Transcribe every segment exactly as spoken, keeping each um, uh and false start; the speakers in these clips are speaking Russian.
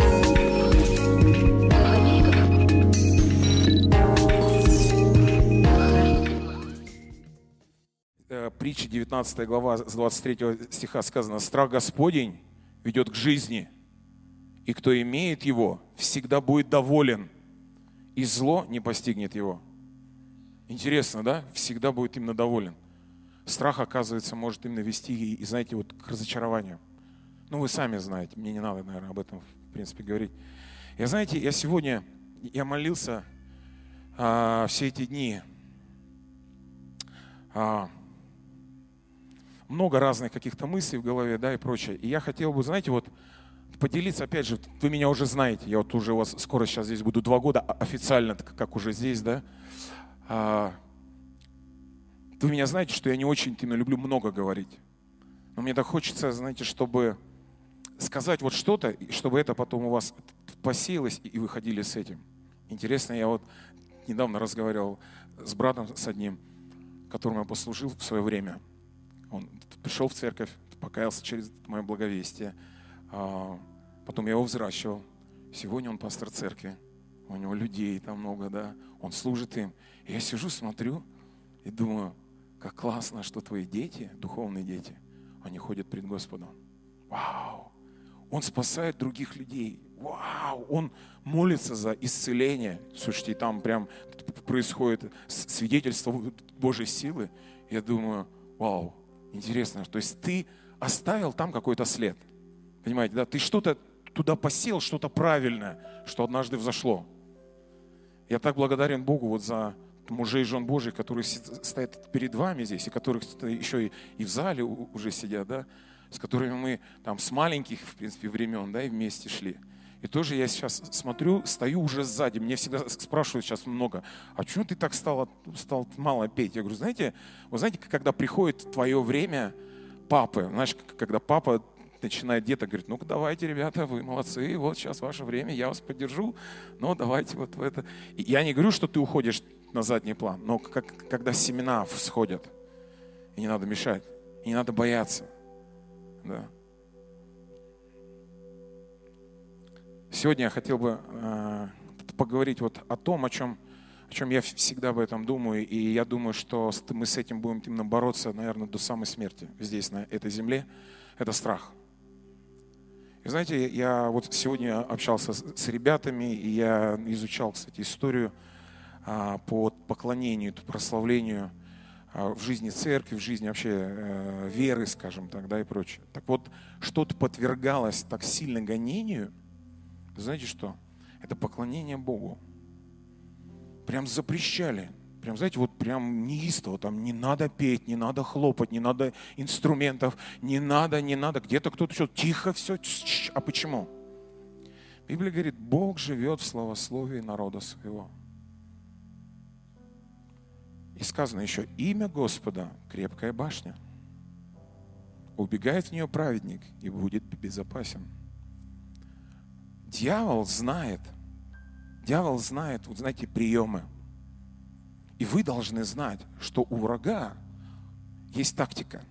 Притча девятнадцатая глава, с двадцать третьего стиха сказано: «Страх Господень ведет к жизни, и кто имеет его, всегда будет доволен, и зло не постигнет его». Интересно, да? Всегда будет именно доволен. Страх, оказывается, может именно вести, и, и знаете, вот к разочарованию. Ну, вы сами знаете, мне не надо, наверное, об этом, в принципе, говорить. Я, знаете, я сегодня, я молился а, все эти дни, а, много разных каких-то мыслей в голове, да, и прочее. И я хотел бы, знаете, вот поделиться, опять же, вы меня уже знаете, я вот уже у вас скоро сейчас здесь буду два года официально, как уже здесь, да. А, вы меня знаете, что я не очень-то люблю много говорить. Но мне так хочется, знаете, чтобы сказать вот что-то, и чтобы это потом у вас посеялось, и вы ходили с этим. Интересно, я вот недавно разговаривал с братом, с одним, которому я послужил в свое время. Он пришел в церковь, покаялся через мое благовестие. Потом я его взращивал. Сегодня он пастор церкви. У него людей там много, да. Он служит им. И я сижу, смотрю и думаю, как классно, что твои дети, духовные дети, они ходят пред Господом. Вау! Он спасает других людей. Вау! Он молится за исцеление. Слушайте, там прям происходит свидетельство Божьей силы. Я думаю, вау! Интересно, то есть ты оставил там какой-то след. Понимаете, да? Ты что-то туда посеял, что-то правильное, что однажды взошло. Я так благодарен Богу вот за мужей и жен Божьих, которые стоят перед вами здесь, и которых еще и, и в зале уже сидят, да? С которыми мы там с маленьких, в принципе, времен, да, и вместе шли. И тоже я сейчас смотрю, стою уже сзади. Мне всегда спрашивают сейчас много, а почему ты так стал, стал мало петь? Я говорю, знаете, вы знаете, когда приходит твое время папы, знаешь, когда папа начинает где-то говорить, ну-ка давайте, ребята, вы молодцы, вот сейчас ваше время, я вас поддержу, но давайте вот в это. И я не говорю, что ты уходишь на задний план, но как, когда семена всходят, и не надо мешать, и не надо бояться. Да. Сегодня я хотел бы э, поговорить вот о том, о чем, о чем я всегда об этом думаю, и я думаю, что мы с этим будем именно бороться, наверное, до самой смерти здесь, на этой земле. Это страх. И знаете, я вот сегодня общался с, с ребятами, и я изучал, кстати, историю э, по поклонению, прославлению э, в жизни церкви, в жизни вообще э, веры, скажем так, да, и прочее. Так вот, что-то подвергалось так сильно гонению. Знаете что? Это поклонение Богу. Прям запрещали. Прям, знаете, вот прям неистово. Там не надо петь, не надо хлопать, не надо инструментов, не надо, не надо. Где-то кто-то что, тихо все. А почему? Библия говорит, Бог живет в славословии народа своего. И сказано еще, имя Господа крепкая башня. Убегает в нее праведник и будет безопасен. Дьявол знает, дьявол знает, вот знаете, приемы. И вы должны знать, что у врага есть тактика.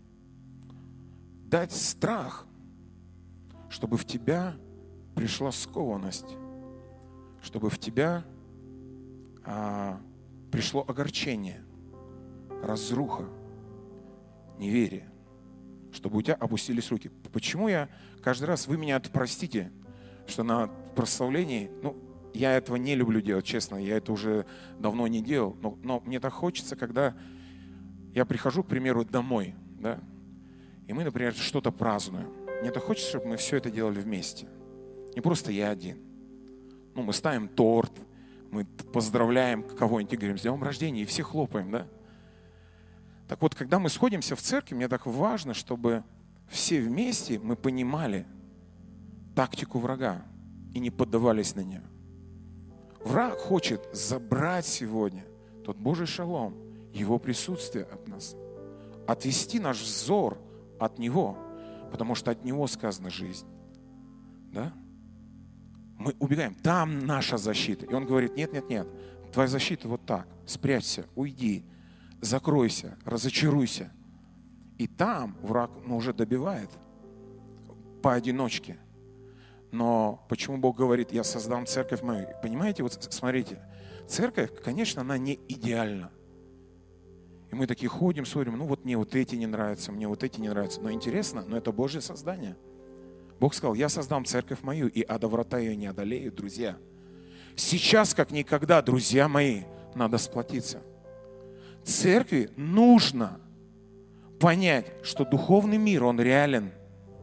Дать страх, чтобы в тебя пришла скованность, чтобы в тебя а, пришло огорчение, разруха, неверие, чтобы у тебя опустились руки. Почему я каждый раз, вы меня простите, что на прославлении, ну, я этого не люблю делать, честно, я это уже давно не делал, но, но мне так хочется, когда я прихожу, к примеру, домой, да, и мы, например, что-то празднуем. Мне так хочется, чтобы мы все это делали вместе. Не просто я один. Ну, мы ставим торт, мы поздравляем кого-нибудь и говорим, с днем рождения, и все хлопаем, да. Так вот, когда мы сходимся в церковь, мне так важно, чтобы все вместе мы понимали тактику врага и не поддавались на нее. Враг хочет забрать сегодня тот Божий шалом, Его присутствие от нас, отвести наш взор от Него, потому что от Него сказана жизнь. Да? Мы убегаем, там наша защита. И Он говорит, нет, нет, нет, твоя защита вот так, спрячься, уйди, закройся, разочаруйся. И там враг ну, уже добивает поодиночке. Но почему Бог говорит, я создам церковь мою? Понимаете, вот смотрите, церковь, конечно, она не идеальна. И мы такие ходим, смотрим, ну вот мне вот эти не нравятся, мне вот эти не нравятся. Но интересно, но это Божье создание. Бог сказал, я создам церковь мою, и ада врата ее не одолеют, друзья. Сейчас, как никогда, друзья мои, надо сплотиться. Церкви нужно понять, что духовный мир, он реален.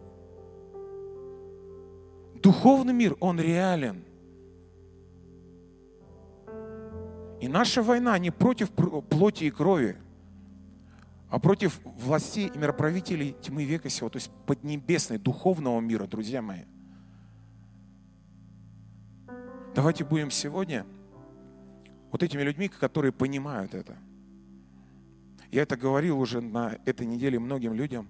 Духовный мир, он реален. И наша война не против плоти и крови, а против властей и мироправителей тьмы века сего, то есть поднебесной, духовного мира, друзья мои. Давайте будем сегодня вот этими людьми, которые понимают это. Я это говорил уже на этой неделе многим людям.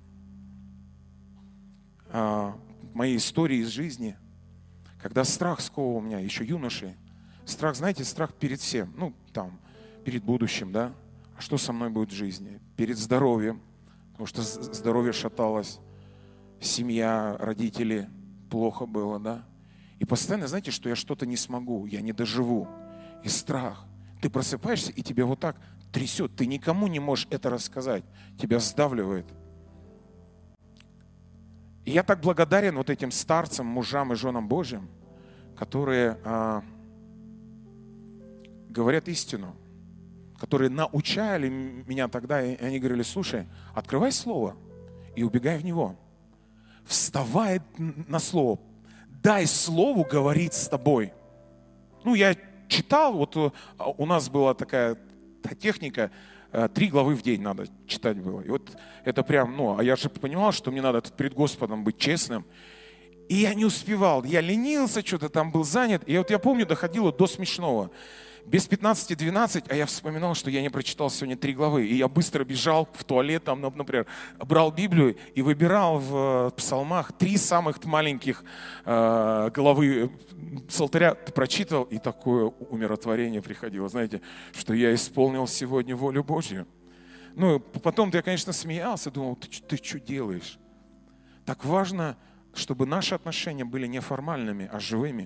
А, моей истории из жизни, когда страх сковывал меня, еще юношей. Страх, знаете, страх перед всем, ну, там, перед будущим, да? А что со мной будет в жизни? Перед здоровьем, потому что здоровье шаталось, семья, родители, плохо было, да? И постоянно, знаете, что я что-то не смогу, я не доживу. И страх. Ты просыпаешься, и тебя вот так трясет. Ты никому не можешь это рассказать. Тебя сдавливает. И я так благодарен вот этим старцам, мужам и женам Божьим, которые а, говорят истину, которые научали меня тогда, и они говорили, слушай, открывай слово и убегай в него. Вставай на слово. Дай слову говорить с тобой. Ну, я читал, вот у нас была такая техника, три главы в день надо читать было. И вот это прям, ну, а я же понимал, что мне надо перед Господом быть честным. И я не успевал, я ленился, что-то там был занят. И вот я помню, доходило до смешного. Без пятнадцати двенадцать, а я вспоминал, что я не прочитал сегодня три главы. И я быстро бежал в туалет, там, например, брал Библию и выбирал в псалмах три самых маленьких э, главы псалтыря, прочитал, и такое умиротворение приходило, знаете, что я исполнил сегодня волю Божью. Ну, потом-то я, конечно, смеялся, думал, ты, ты что делаешь? Так важно, чтобы наши отношения были не формальными, а живыми.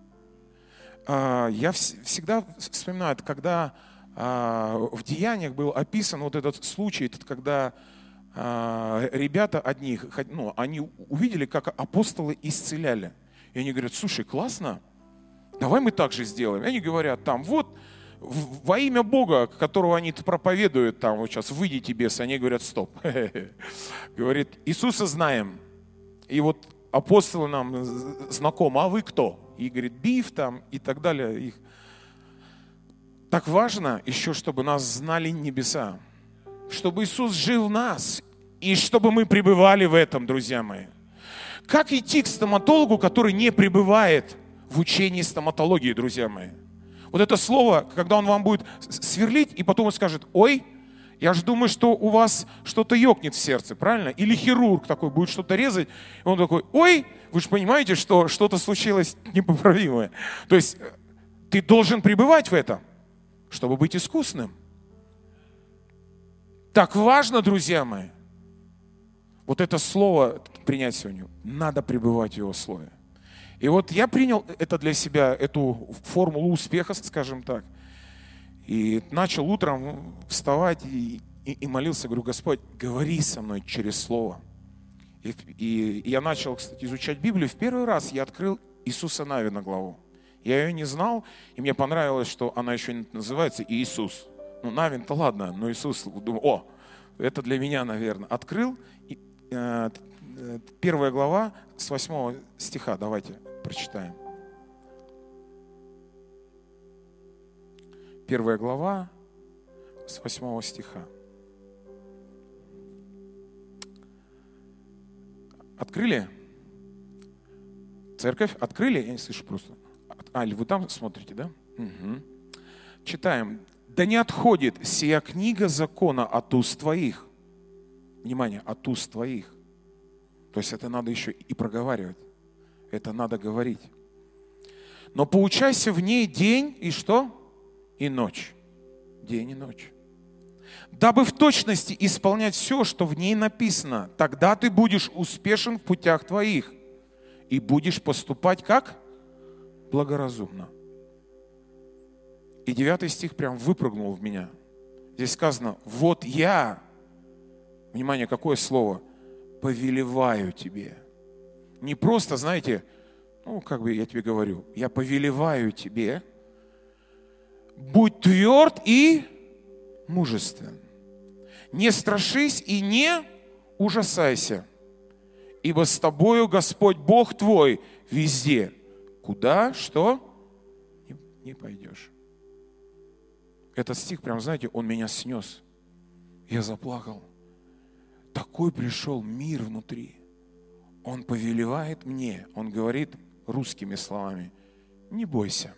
Я всегда вспоминаю, когда в Деяниях был описан вот этот случай, когда ребята одних, ну, они увидели, как апостолы исцеляли. И они говорят, слушай, классно, давай мы так же сделаем. И они говорят, там, вот, во имя Бога, которого они проповедуют, там, вот сейчас, выйдите бесы. Они говорят, стоп. Говорит, Иисуса знаем. И вот апостолы нам знакомы, а вы кто? И говорит, биф там и так далее. Их. Так важно еще, чтобы нас знали небеса. Чтобы Иисус жил в нас. И чтобы мы пребывали в этом, друзья мои. Как идти к стоматологу, который не пребывает в учении стоматологии, друзья мои? Вот это слово, когда он вам будет сверлить, и потом он скажет, ой, я же думаю, что у вас что-то ёкнет в сердце, правильно? Или хирург такой будет что-то резать, и он такой, ой, вы же понимаете, что что-то случилось непоправимое. То есть ты должен пребывать в этом, чтобы быть искусным. Так важно, друзья мои, вот это слово принять сегодня. Надо пребывать в его слове. И вот я принял это для себя, эту формулу успеха, скажем так. И начал утром вставать и, и, и молился, говорю, Господь, говори со мной через Слово. И, и, и я начал, кстати, изучать Библию. В первый раз я открыл Иисуса Навина главу. Я ее не знал, и мне понравилось, что она еще называется Иисус. Ну, Навин-то ладно, но Иисус, думаю, о, это для меня, наверное. Открыл, и, э, первая глава с восьмого стиха, давайте прочитаем. Первая глава с восьмого стиха. Открыли? Церковь? Открыли? Я не слышу просто. А, или вы там смотрите, да? Угу. Читаем. Да не отходит сия книга закона от уст твоих. Внимание, от уст твоих. То есть это надо еще и проговаривать. Это надо говорить. Но поучайся в ней день и что? И ночь. День и ночь. Дабы в точности исполнять все, что в ней написано, тогда ты будешь успешен в путях твоих. и будешь поступать как? Благоразумно. И девятый стих прям выпрыгнул в меня. Здесь сказано, вот я, внимание, какое слово, повелеваю тебе. Не просто, знаете, ну, как бы я тебе говорю, я повелеваю тебе, будь тверд и мужествен. Не страшись и не ужасайся, ибо с тобою Господь Бог твой везде. Куда, что? Не, не пойдешь. Этот стих, прям, знаете, он меня снес. Я заплакал. Такой пришел мир внутри. Он повелевает мне, он говорит русскими словами, не бойся.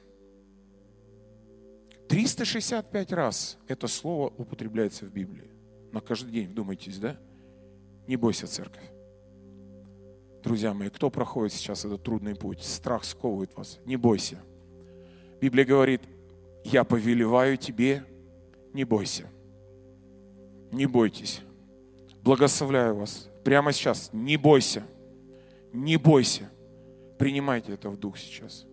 триста шестьдесят пять раз это слово употребляется в Библии. На каждый день, вдумайтесь, да? Не бойся, церковь. Друзья мои, кто проходит сейчас этот трудный путь? Страх сковывает вас. Не бойся. Библия говорит, я повелеваю тебе, не бойся. Не бойтесь. Благословляю вас. Прямо сейчас, не бойся. Не бойся. Принимайте это в дух сейчас.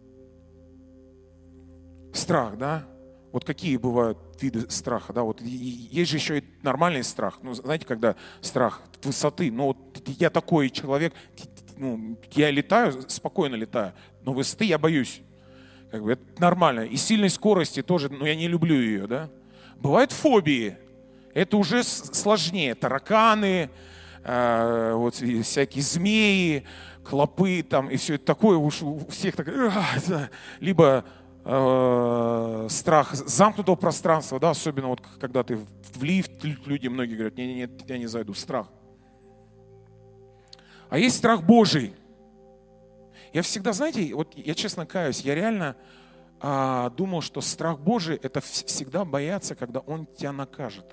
Страх, да? Вот какие бывают виды страха, да? Вот есть же еще и нормальный страх. Ну, знаете, когда страх от высоты. Ну, вот я такой человек, ну, я летаю, спокойно летаю, но высоты я боюсь. Как бы это нормально. И сильной скорости тоже, но я не люблю ее, да? Бывают фобии. Это уже сложнее. Тараканы, э, вот всякие змеи, клопы там, и все это такое уж у всех так, либо э, страх замкнутого пространства, да, особенно вот когда ты в лифт, люди многие говорят, нет, нет, я не зайду, страх. А есть страх Божий. Я всегда, знаете, вот я честно каюсь, я реально а, думал, что страх Божий это всегда бояться, когда Он тебя накажет.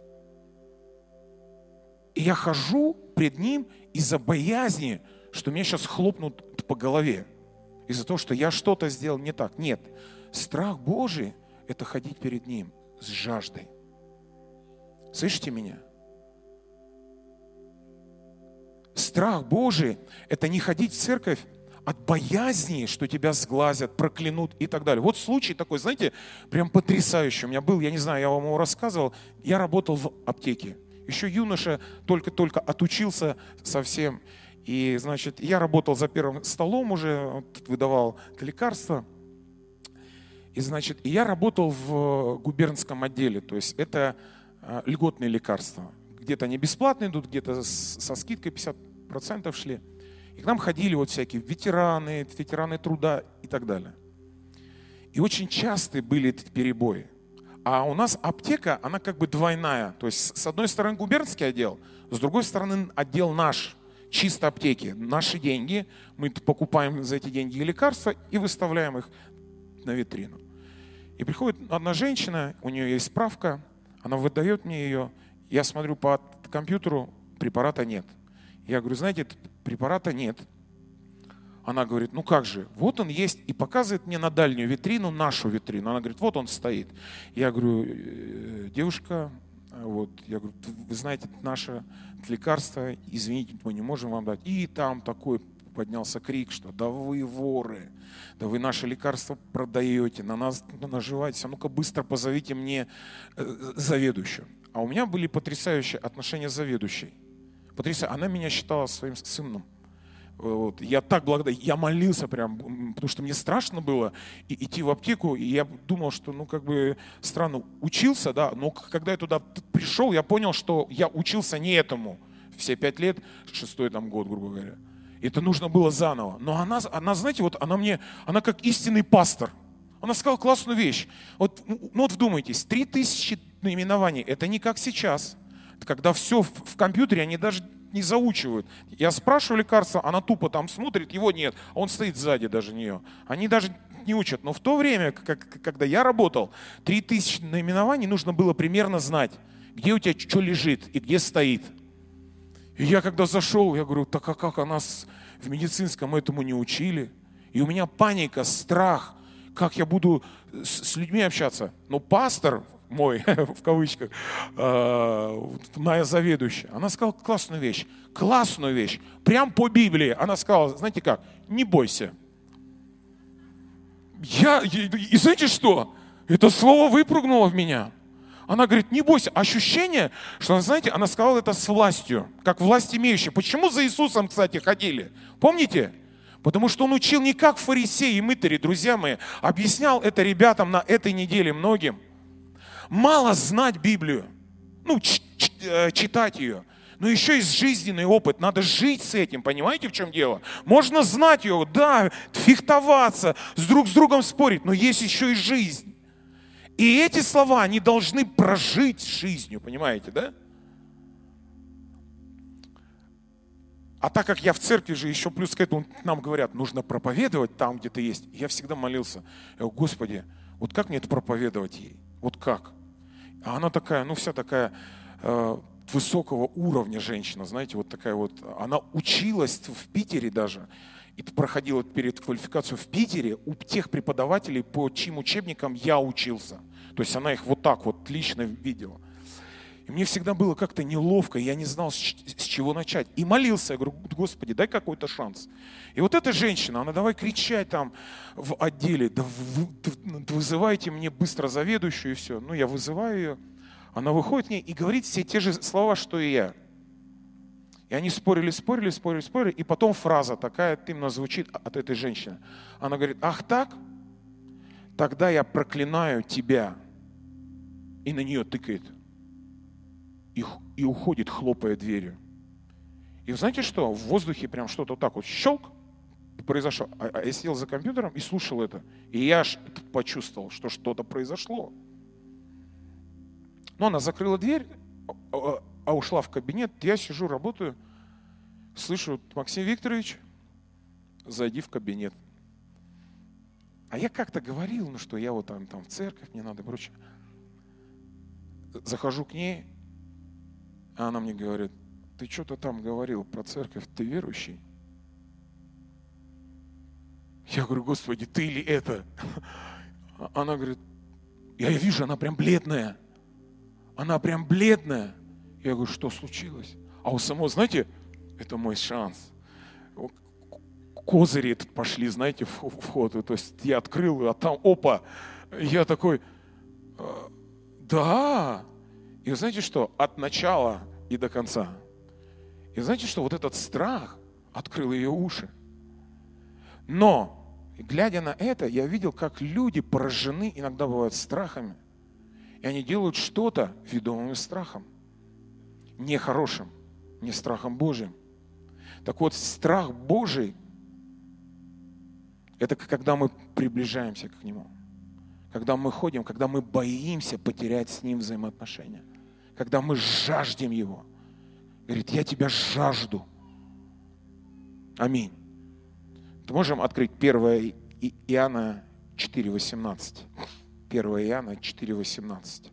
И я хожу пред Ним из-за боязни, что меня сейчас хлопнут по голове. Из-за того, что я что-то сделал не так. Нет. Страх Божий – это ходить перед Ним с жаждой. Слышите меня? Страх Божий – это не ходить в церковь от боязни, что тебя сглазят, проклянут и так далее. Вот случай такой, знаете, прям потрясающий. У меня был, я не знаю, я вам его рассказывал, я работал в аптеке. Еще юноша только-только отучился совсем. И, значит, я работал за первым столом уже, выдавал лекарства. И, значит, и я работал в губернском отделе. То есть это льготные лекарства. Где-то они бесплатные идут, где-то со скидкой пятьдесят процентов шли. И к нам ходили вот всякие ветераны, ветераны труда и так далее. И очень часто были эти перебои. А у нас аптека, она как бы двойная. То есть с одной стороны губернский отдел, с другой стороны отдел наш, чисто аптеки. Наши деньги, мы покупаем за эти деньги лекарства и выставляем их на витрину. И приходит одна женщина, у нее есть справка, она выдает мне ее. Я смотрю по компьютеру, препарата нет. Я говорю, знаете, препарата нет. Она говорит, ну как же, вот он есть, и показывает мне на дальнюю витрину, нашу витрину. Она говорит, вот он стоит. Я говорю, девушка, вот, я говорю, вы знаете, наше лекарство, извините, мы не можем вам дать. И там такой поднялся крик, что да вы воры, да вы наше лекарство продаете, на нас наживаетесь, а ну-ка быстро позовите мне заведующую. А у меня были потрясающие отношения с заведующей. Потрясающе. Она меня считала своим сыном. Вот. Я так благодарен, я молился прям, потому что мне страшно было идти в аптеку, и я думал, что, ну, как бы, странно, учился, да, но когда я туда пришел, я понял, что я учился не этому все пять лет, шестой там год, грубо говоря. Это нужно было заново. Но она, она, знаете, вот она мне, она как истинный пастор. Она сказала классную вещь. Вот, ну, вот вдумайтесь, три тысячи наименований, это не как сейчас, когда все в, в компьютере, они даже не заучивают. Я спрашиваю лекарство, она тупо там смотрит, его нет, а он стоит сзади даже нее. Они даже не учат. Но в то время, как, когда я работал, три тысячи наименований нужно было примерно знать, где у тебя что лежит и где стоит. И я когда зашел, я говорю, так а как, а нас в медицинском этому не учили? И у меня паника, страх, как я буду с, с людьми общаться. Но пастор мой, в кавычках, моя заведующая, она сказала классную вещь, классную вещь, прям по Библии. Она сказала, знаете как, не бойся. Я, и знаете что? Это слово выпрыгнуло в меня. Она говорит, не бойся. Ощущение, что, знаете, она сказала это с властью, как власть имеющая. Почему за Иисусом, кстати, ходили? Помните? Потому что он учил не как фарисеи и мытари, друзья мои. Объяснял это ребятам на этой неделе многим. Мало знать Библию, ну, ч- ч- читать ее, но еще есть жизненный опыт. Надо жить с этим, понимаете, в чем дело? Можно знать ее, да, фехтоваться, с друг с другом спорить, но есть еще и жизнь. И эти слова, они должны прожить жизнью, понимаете, да? А так как я в церкви же, еще плюс к этому нам говорят, нужно проповедовать там, где ты есть. Я всегда молился, я говорю, Господи, вот как мне это проповедовать ей? Вот как? А она такая, ну вся такая э, высокого уровня женщина, знаете, вот такая вот. Она училась в Питере даже, и проходила перед квалификацию в Питере у тех преподавателей, по чьим учебникам я учился. То есть она их вот так вот лично видела. И мне всегда было как-то неловко, я не знал, с чего начать. И молился, я говорю, Господи, дай какой-то шанс. И вот эта женщина, она давай кричать там в отделе, да вызывайте мне быстро заведующую и все. Ну, я вызываю ее, она выходит к ней и говорит все те же слова, что и я. И они спорили, спорили, спорили, спорили, и потом фраза такая именно звучит от этой женщины. Она говорит, ах так? Тогда я проклинаю тебя. И на нее тыкает. И, и уходит, хлопая дверью. И знаете что? В воздухе прям что-то вот так вот щелк произошло. А, а я сидел за компьютером и слушал это. И я аж почувствовал, что что-то произошло. Но она закрыла дверь, а, а ушла в кабинет. Я сижу, работаю. Слышу, Максим Викторович, зайди в кабинет. А я как-то говорил, ну что я вот там, там в церковь, мне надо, прочее. Захожу к ней, а она мне говорит, ты что-то там говорил про церковь, ты верующий? Я говорю, Господи, ты ли это? Она говорит, я вижу, она прям бледная. Она прям бледная. Я говорю, что случилось? А у самого, знаете, это мой шанс. Козыри тут пошли, знаете, в ход. То есть я открыл, а там, опа, я такой, да. И знаете что? От начала и до конца. И знаете что? Вот этот страх открыл ее уши. Но, глядя на это, я видел, как люди поражены иногда бывают страхами. И они делают что-то ведомым страхом. Не хорошим, не страхом Божьим. Так вот, страх Божий – это когда мы приближаемся к Нему. Когда мы ходим, когда мы боимся потерять с Ним взаимоотношения. Когда мы жаждем Его. Говорит, я тебя жажду. Аминь. Можем открыть первое Иоанна четыре восемнадцать. первое Иоанна четыре восемнадцать.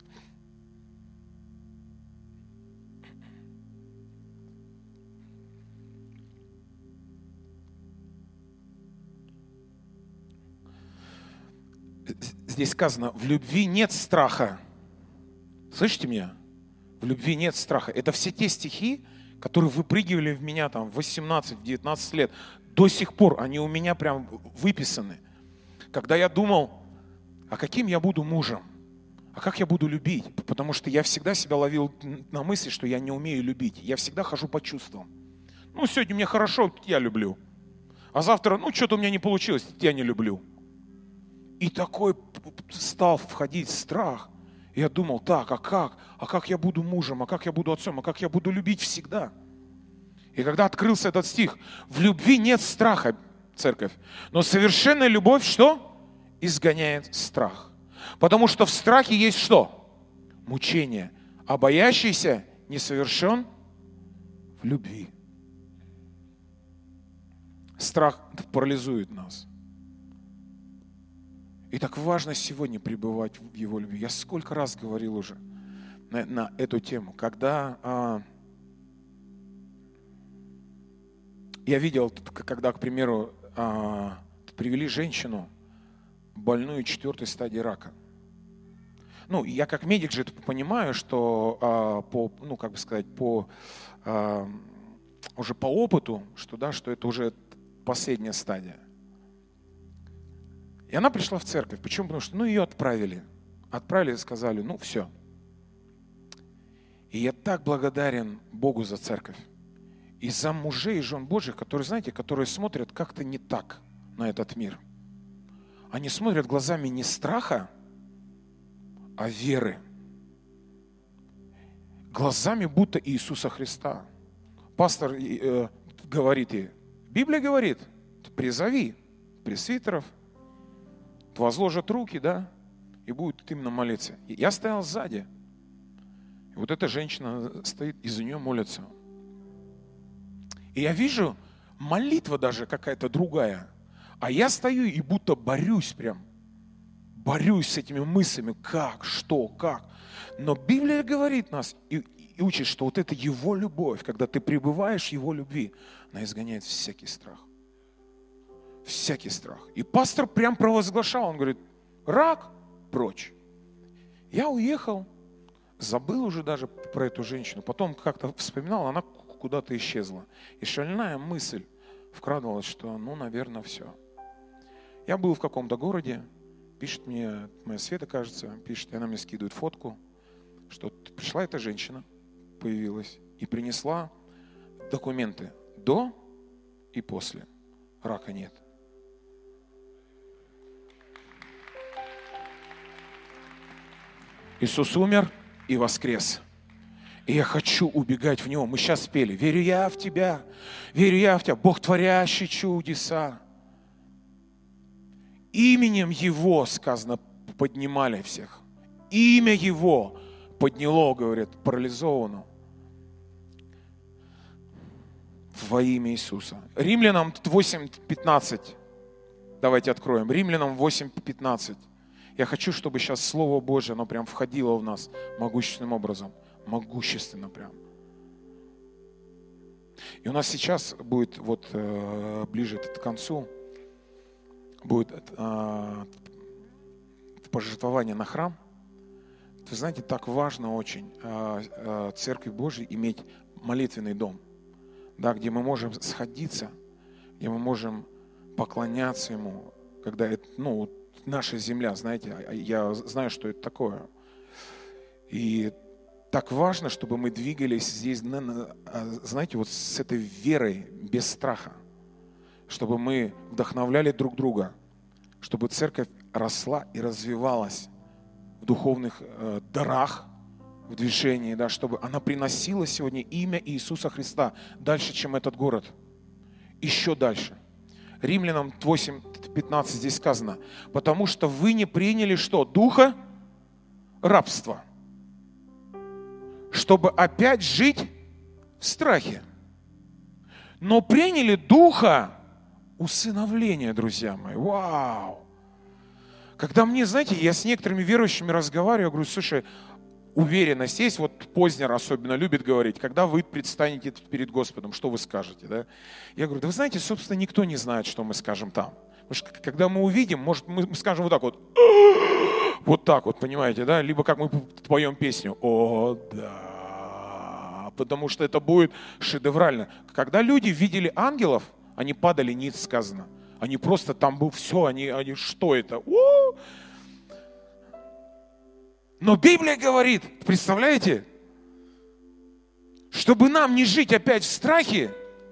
Здесь сказано, в любви нет страха. Слышите меня? В любви нет страха. Это все те стихи, которые выпрыгивали в меня там в восемнадцать-девятнадцать лет. До сих пор они у меня прям выписаны. Когда я думал, а каким я буду мужем? А как я буду любить? Потому что я всегда себя ловил на мысли, что я не умею любить. Я всегда хожу по чувствам. Ну, сегодня мне хорошо, я люблю. А завтра, ну, что-то у меня не получилось, я не люблю. И такой стал входить страх. И я думал, так, а как? А как я буду мужем? А как я буду отцом? А как я буду любить всегда? И когда открылся этот стих, в любви нет страха, церковь. Но совершенная любовь что? Изгоняет страх. Потому что в страхе есть что? Мучение. А боящийся не совершен в любви. Страх парализует нас. И так важно сегодня пребывать в Его любви. Я сколько раз говорил уже на, на эту тему. Когда а, я видел, когда, к примеру, а, привели женщину, больную четвертой стадии рака. ну, я как медик же это понимаю, что а, по, ну, как бы сказать, по, а, уже по опыту, что, да, что это уже последняя стадия. И она пришла в церковь. Почему? Потому что, ну, ее отправили. Отправили и сказали, ну, все. И я так благодарен Богу за церковь. И за мужей и жен Божьих, которые, знаете, которые смотрят как-то не так на этот мир. Они смотрят глазами не страха, а веры. Глазами будто Иисуса Христа. Пастор э, говорит ей, Библия говорит, призови пресвитеров, возложат руки, да, и будут именно молиться. И я стоял сзади. И вот эта женщина стоит, и за нее молятся. И я вижу, молитва даже какая-то другая. А я стою и будто борюсь прям. Борюсь с этими мыслями, как, что, как. Но Библия говорит нас и, и учит, что вот это Его любовь, когда ты пребываешь в Его любви, она изгоняет всякий страх. Всякий страх. И пастор прям провозглашал, он говорит, рак прочь. Я уехал, забыл уже даже про эту женщину. Потом как-то вспоминал, она куда-то исчезла. И шальная мысль вкрадывалась, что ну, наверное, все. Я был в каком-то городе, пишет мне, моя Света, кажется, пишет, и она мне скидывает фотку, что пришла эта женщина, появилась, и принесла документы до и после. Рака нет. Иисус умер и воскрес. И я хочу убегать в Него. Мы сейчас спели. Верю я в Тебя, верю я в Тебя, Бог, творящий чудеса. Именем Его, сказано, поднимали всех. Имя Его подняло, говорит, парализованного. Во имя Иисуса. Римлянам восемь пятнадцать. Давайте откроем. Римлянам восемь пятнадцать. Я хочу, чтобы сейчас Слово Божье, оно прям входило в нас могущественным образом. Могущественно прям. И у нас сейчас будет, вот э, ближе к концу, будет э, пожертвование на храм. Вы знаете, так важно очень э, э, Церкви Божьей иметь молитвенный дом, да, где мы можем сходиться, где мы можем поклоняться Ему, когда это, ну, наша земля, знаете, я знаю, что это такое. И так важно, чтобы мы двигались здесь, знаете, вот с этой верой, без страха, чтобы мы вдохновляли друг друга, чтобы церковь росла и развивалась в духовных э, дарах, в движении, да, чтобы она приносила сегодня имя Иисуса Христа дальше, чем этот город, еще дальше. Римлянам восемь пятнадцать здесь сказано, потому что вы не приняли что? Духа рабства, чтобы опять жить в страхе. Но приняли духа усыновления, друзья мои. Вау! Когда мне, знаете, я с некоторыми верующими разговариваю, я говорю, слушай, уверенность есть, вот Познер особенно любит говорить, когда вы предстанете перед Господом, что вы скажете, да? Я говорю, да вы знаете, собственно, никто не знает, что мы скажем там. Потому что когда мы увидим, может, мы скажем вот так вот, вот так вот, понимаете, да? Либо как мы поем песню, о, да, потому что это будет шедеврально. Когда люди видели ангелов, они падали ниц, сказано. Они просто, там был все, они, они что это? У-у-у! Но Библия говорит, представляете, чтобы нам не жить опять в страхе,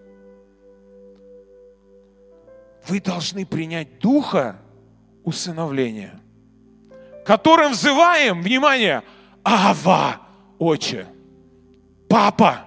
вы должны принять духа усыновления, которым взываем, внимание, Ава, Отче, Папа.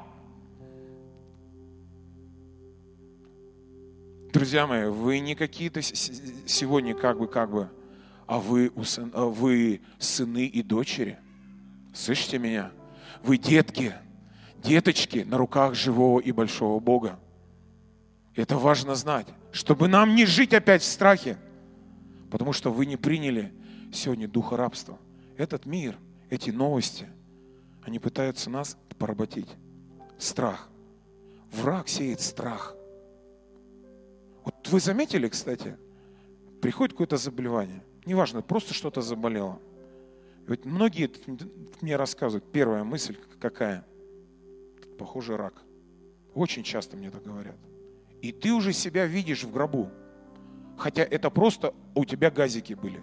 Друзья мои, вы не какие-то сегодня как бы, как бы, а вы, вы сыны и дочери. Слышите меня? Вы детки, деточки на руках живого и большого Бога. Это важно знать, чтобы нам не жить опять в страхе, потому что вы не приняли сегодня духа рабства. Этот мир, эти новости, они пытаются нас поработить. Страх. Враг сеет страх. Вот вы заметили, кстати, приходит какое-то заболевание, неважно, просто что-то заболело. И вот многие мне рассказывают, первая мысль какая? Похоже, рак. Очень часто мне так говорят. И ты уже себя видишь в гробу. Хотя это просто у тебя газики были.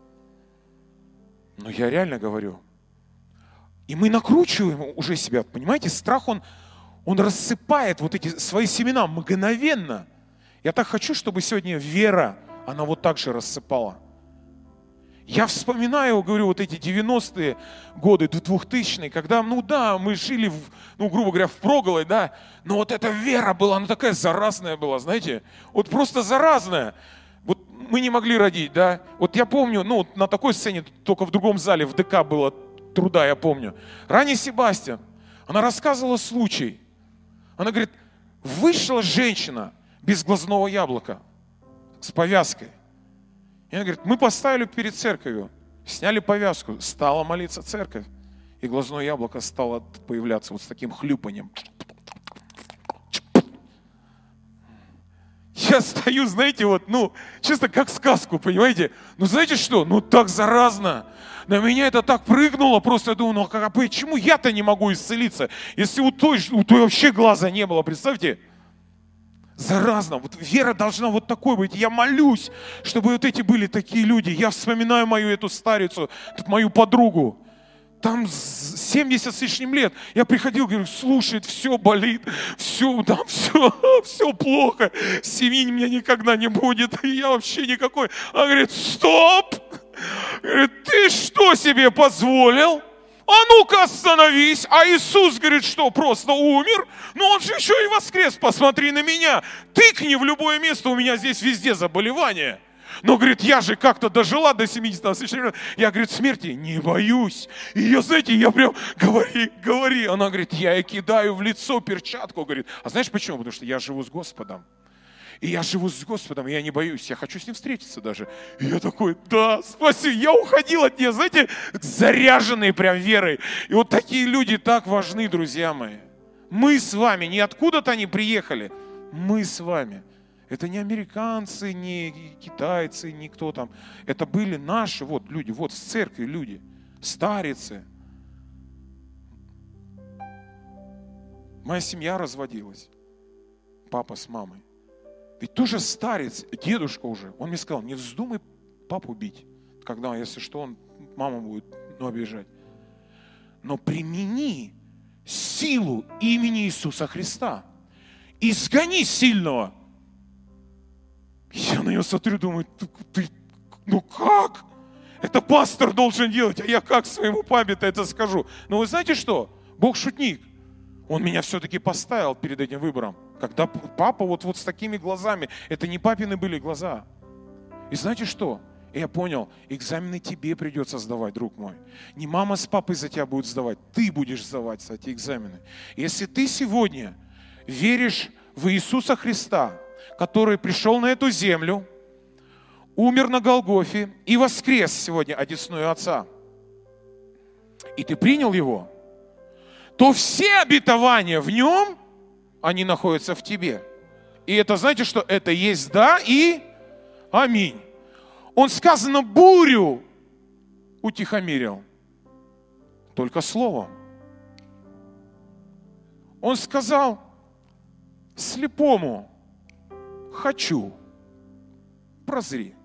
Но я реально говорю. И мы накручиваем уже себя. Понимаете, страх, он, он рассыпает вот эти свои семена мгновенно. Я так хочу, чтобы сегодня вера, она вот так же рассыпала. Я вспоминаю, говорю, вот эти девяностые годы, двухтысячные, когда, ну да, мы жили, в, ну, грубо говоря, впроголодь, да, но вот эта вера была, она такая заразная была, знаете, вот просто заразная. Вот мы не могли родить, да. Вот я помню, ну, на такой сцене, только в другом зале, в ДК было труда, я помню. Ранее Себастьян, она рассказывала случай. Она говорит, вышла женщина без глазного яблока, с повязкой. И она говорит, мы поставили перед церковью, сняли повязку, стала молиться церковь. И глазное яблоко стало появляться вот с таким хлюпанием. Я стою, знаете, вот, ну, чисто как сказку, понимаете? Ну, знаете что? Ну, так заразно. На меня это так прыгнуло, просто я думаю, ну, а почему я-то не могу исцелиться? Если у той, у той вообще глаза не было, представьте? Заразно. Вот вера должна вот такой быть. Я молюсь, чтобы вот эти были такие люди. Я вспоминаю мою эту старицу, мою подругу. Там семьдесят с лишним лет. Я приходил, говорю, слушай, все болит, все, там все, все плохо, семьи у меня никогда не будет, и я вообще никакой. Она говорит, стоп! Говорит, ты что себе позволил? А ну-ка остановись. А Иисус говорит, что просто умер? Но он же еще и воскрес, посмотри на меня. Тыкни в любое место, у меня здесь везде заболевания. Но, говорит, я же как-то дожила до семидесяти лет. Я, говорит, смерти не боюсь. И я, знаете, я прям, говори, говори. Она говорит, я ей кидаю в лицо перчатку. Говорит, а знаешь почему? Потому что я живу с Господом. И я живу с Господом, и я не боюсь. Я хочу с Ним встретиться даже. И я такой, да, спасибо. Я уходил от нее, знаете, заряженные прям верой. И вот такие люди так важны, друзья мои. Мы с вами, не откуда-то они приехали. Мы с вами. Это не американцы, не китайцы, не кто там. Это были наши вот люди, вот с церкви люди, старицы. Моя семья разводилась. Папа с мамой. Ведь тоже старец, дедушка уже. Он мне сказал, не вздумай папу бить. Когда, если что, он маму будет, ну, обижать. Но примени силу имени Иисуса Христа. Изгони сильного. Я на нее смотрю, думаю, ты, ты, ну как? Это пастор должен делать, а я как своему папе-то это скажу? Но вы знаете что? Бог шутник. Он меня все-таки поставил перед этим выбором. Когда папа вот, вот с такими глазами, это не папины были глаза. И знаете что? Я понял, экзамены тебе придется сдавать, друг мой. Не мама с папой за тебя будут сдавать, ты будешь сдавать эти экзамены. Если ты сегодня веришь в Иисуса Христа, который пришел на эту землю, умер на Голгофе и воскрес сегодня одесную Отца, и ты принял Его, то все обетования в Нем, они находятся в тебе. И это, знаете что? Это есть да и аминь. Он, сказано, бурю утихомирил только словом. Он сказал слепому, хочу, прозри.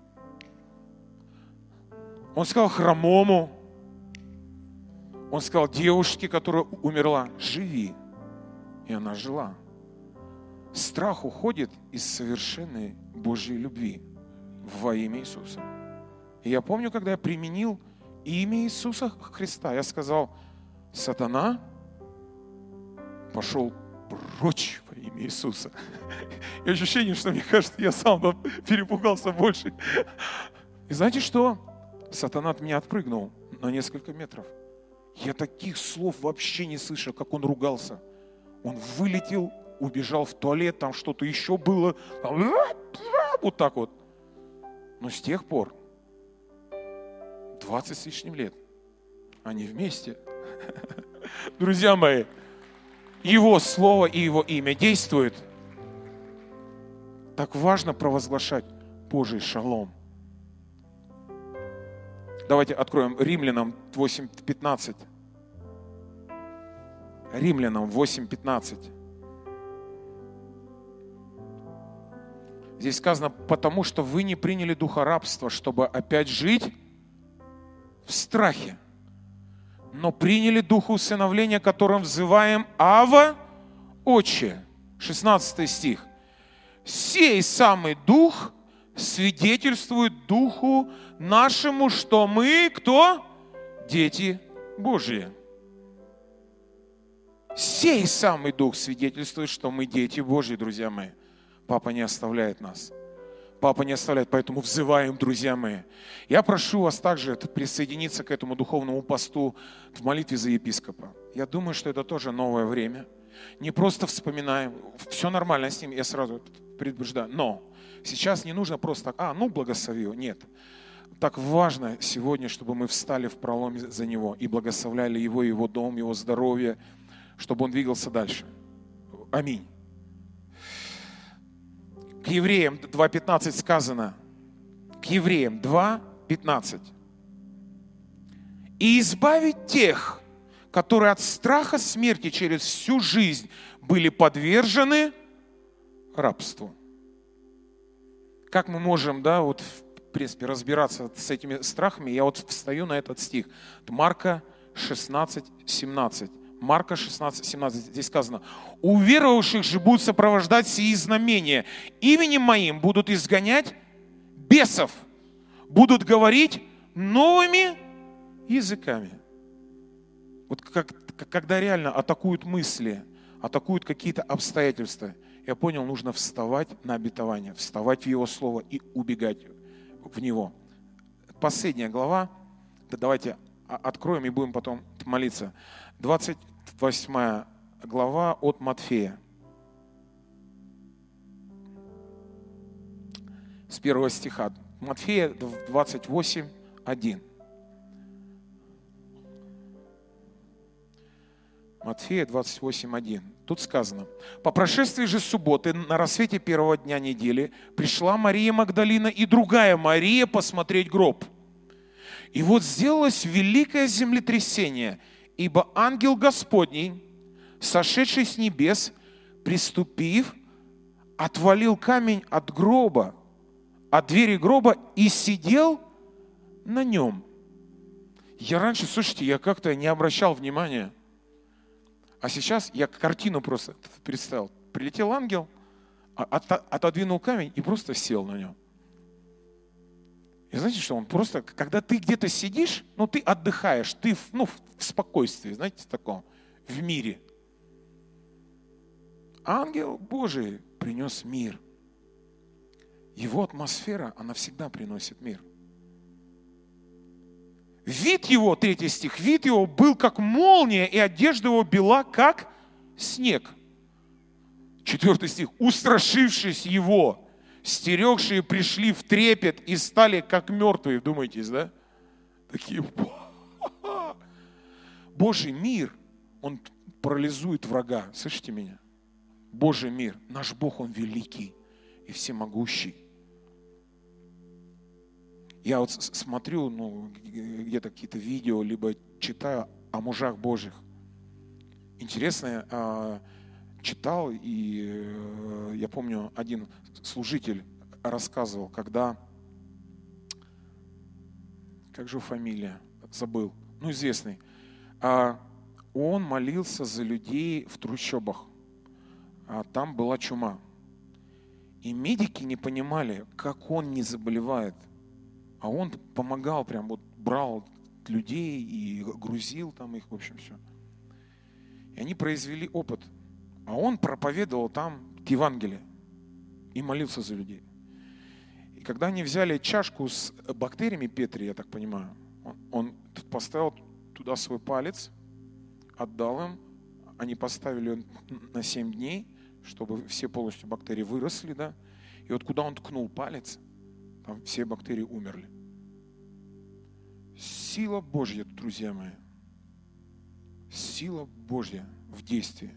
Он сказал хромому, он сказал девушке, которая умерла, живи. И она жила. Страх уходит из совершенной Божьей любви во имя Иисуса. И я помню, когда я применил имя Иисуса Христа, я сказал, сатана, пошел прочь во имя Иисуса. И ощущение, что, мне кажется, я сам перепугался больше. И знаете что? Сатана от меня отпрыгнул на несколько метров. Я таких слов вообще не слышал, как он ругался. Он вылетел, убежал в туалет, там что-то еще было. Вот так вот. Но с тех пор, двадцать с лишним лет, они вместе. Друзья мои, Его Слово и Его имя действует. Так важно провозглашать Божий шалом. Давайте откроем Римлянам восемь пятнадцать. Римлянам восемь пятнадцать. Здесь сказано, потому что вы не приняли духа рабства, чтобы опять жить в страхе, но приняли духа усыновления, которым взываем Ава, Отче. шестнадцатый стих. Сей самый дух свидетельствует духу нашему, что мы, кто? Дети Божьи. Сей самый дух свидетельствует, что мы дети Божьи, друзья мои. Папа не оставляет нас. Папа не оставляет, поэтому взываем, друзья мои. Я прошу вас также присоединиться к этому духовному посту в молитве за епископа. Я думаю, что это тоже новое время. Не просто вспоминаем, все нормально с ним, я сразу предупреждаю. Но сейчас не нужно просто, а, ну благослови его. Нет. Так важно сегодня, чтобы мы встали в проломе за него и благословляли его, его дом, его здоровье, чтобы он двигался дальше. Аминь. К Евреям два пятнадцать сказано, к Евреям два пятнадцать. И избавить тех, которые от страха смерти через всю жизнь были подвержены рабству. Как мы можем, да, вот в принципе разбираться с этими страхами? Я вот встаю на этот стих. Марка шестнадцать семнадцать. Марка шестнадцать семнадцать, здесь сказано, у верующих же будут сопровождать сии знамения. Именем моим будут изгонять бесов, будут говорить новыми языками. Вот как, когда реально атакуют мысли, атакуют какие-то обстоятельства, я понял, нужно вставать на обетование, вставать в Его Слово и убегать в Него. Последняя глава, да давайте откроем и будем потом молиться. двадцать восьмая глава от Матфея. С первого стиха. Матфея двадцать восемь, один. Матфея двадцать восемь, один. Тут сказано. По прошествии же субботы, на рассвете первого дня недели, пришла Мария Магдалина и другая Мария посмотреть гроб. И вот сделалось великое землетрясение, ибо ангел Господний, сошедший с небес, приступив, отвалил камень от гроба, от двери гроба и сидел на нем. Я раньше, слушайте, я как-то не обращал внимания. А сейчас я картину просто представил. Прилетел ангел, отодвинул камень и просто сел на нем. И знаете, что он просто, когда ты где-то сидишь, ну ты отдыхаешь, ты ну, в спокойствии, знаете, в таком, в мире. Ангел Божий принес мир. Его атмосфера, она всегда приносит мир. Вид его, третий стих, вид его был как молния, и одежда его бела, как снег. Четвертый стих, устрашившись его, стерегшие пришли в трепет и стали как мертвые, думаетесь, да? Такие, Божий мир, он парализует врага, слышите меня? Божий мир, наш Бог, он великий и всемогущий. Я вот смотрю, ну, где-то какие-то видео, либо читаю о мужах Божьих. Интересно, я читал, и я помню, один служитель рассказывал, когда, как же фамилия, забыл, ну, известный, он молился за людей в трущобах, а там была чума. И медики не понимали, как он не заболевает. А он помогал, прям вот брал людей и грузил там их, в общем, все. И они произвели опыт. А он проповедовал там Евангелие и молился за людей. И когда они взяли чашку с бактериями Петри, я так понимаю, он, он поставил туда свой палец, отдал им, они поставили на семь дней, чтобы все полностью бактерии выросли, да. И вот куда он ткнул палец, там все бактерии умерли. Сила Божья, друзья мои. Сила Божья в действии.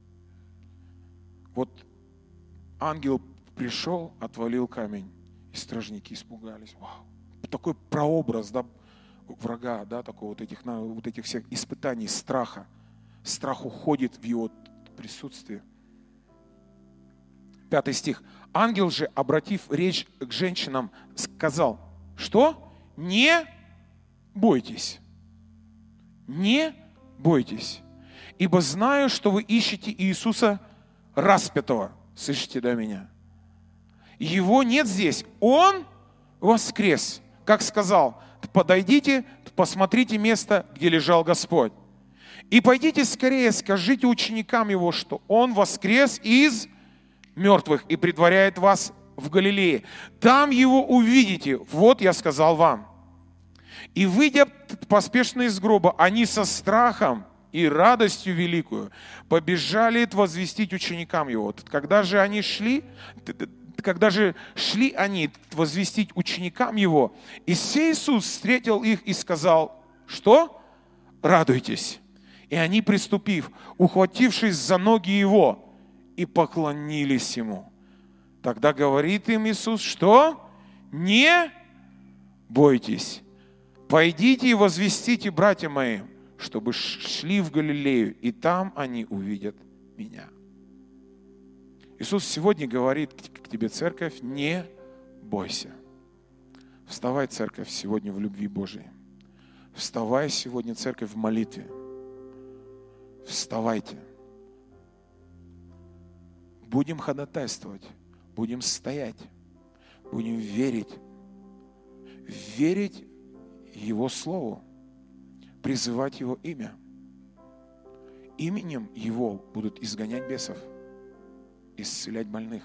Вот ангел пришел, отвалил камень, и стражники испугались. Вау. Такой прообраз, да, врага, да, такого вот этих, вот этих всех испытаний, страха. Страх уходит в его присутствие. Пятый стих. Ангел же, обратив речь к женщинам, сказал, что? Не бойтесь. Не бойтесь. Ибо знаю, что вы ищете Иисуса распятого. Слышите, да, меня? Его нет здесь. Он воскрес. Как сказал, подойдите, посмотрите место, где лежал Господь. И пойдите скорее, скажите ученикам его, что он воскрес из мертвых и предваряет вас в Галилее. Там его увидите. Вот я сказал вам. И выйдя поспешно из гроба, они со страхом и радостью великую побежали возвестить ученикам его. Когда же они шли, когда же шли они возвестить ученикам его, и сей Иисус встретил их и сказал, что? Радуйтесь. И они, приступив, ухватившись за ноги его, и поклонились ему. Тогда говорит им Иисус, что? Не бойтесь. Пойдите и возвестите, братья мои, чтобы шли в Галилею, и там они увидят меня. Иисус сегодня говорит к тебе, церковь, не бойся. Вставай, церковь, сегодня в любви Божией. Вставай сегодня, церковь, в молитве. Вставайте. Будем ходатайствовать, будем стоять, будем верить. Верить Его Слову, призывать Его имя. Именем Его будут изгонять бесов, исцелять больных.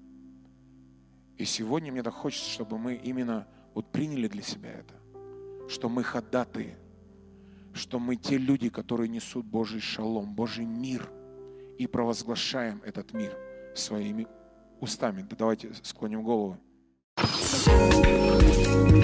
И сегодня мне так хочется, чтобы мы именно вот приняли для себя это, что мы ходатые, что мы те люди, которые несут Божий шалом, Божий мир, и провозглашаем этот мир своими устами. Да давайте склоним голову.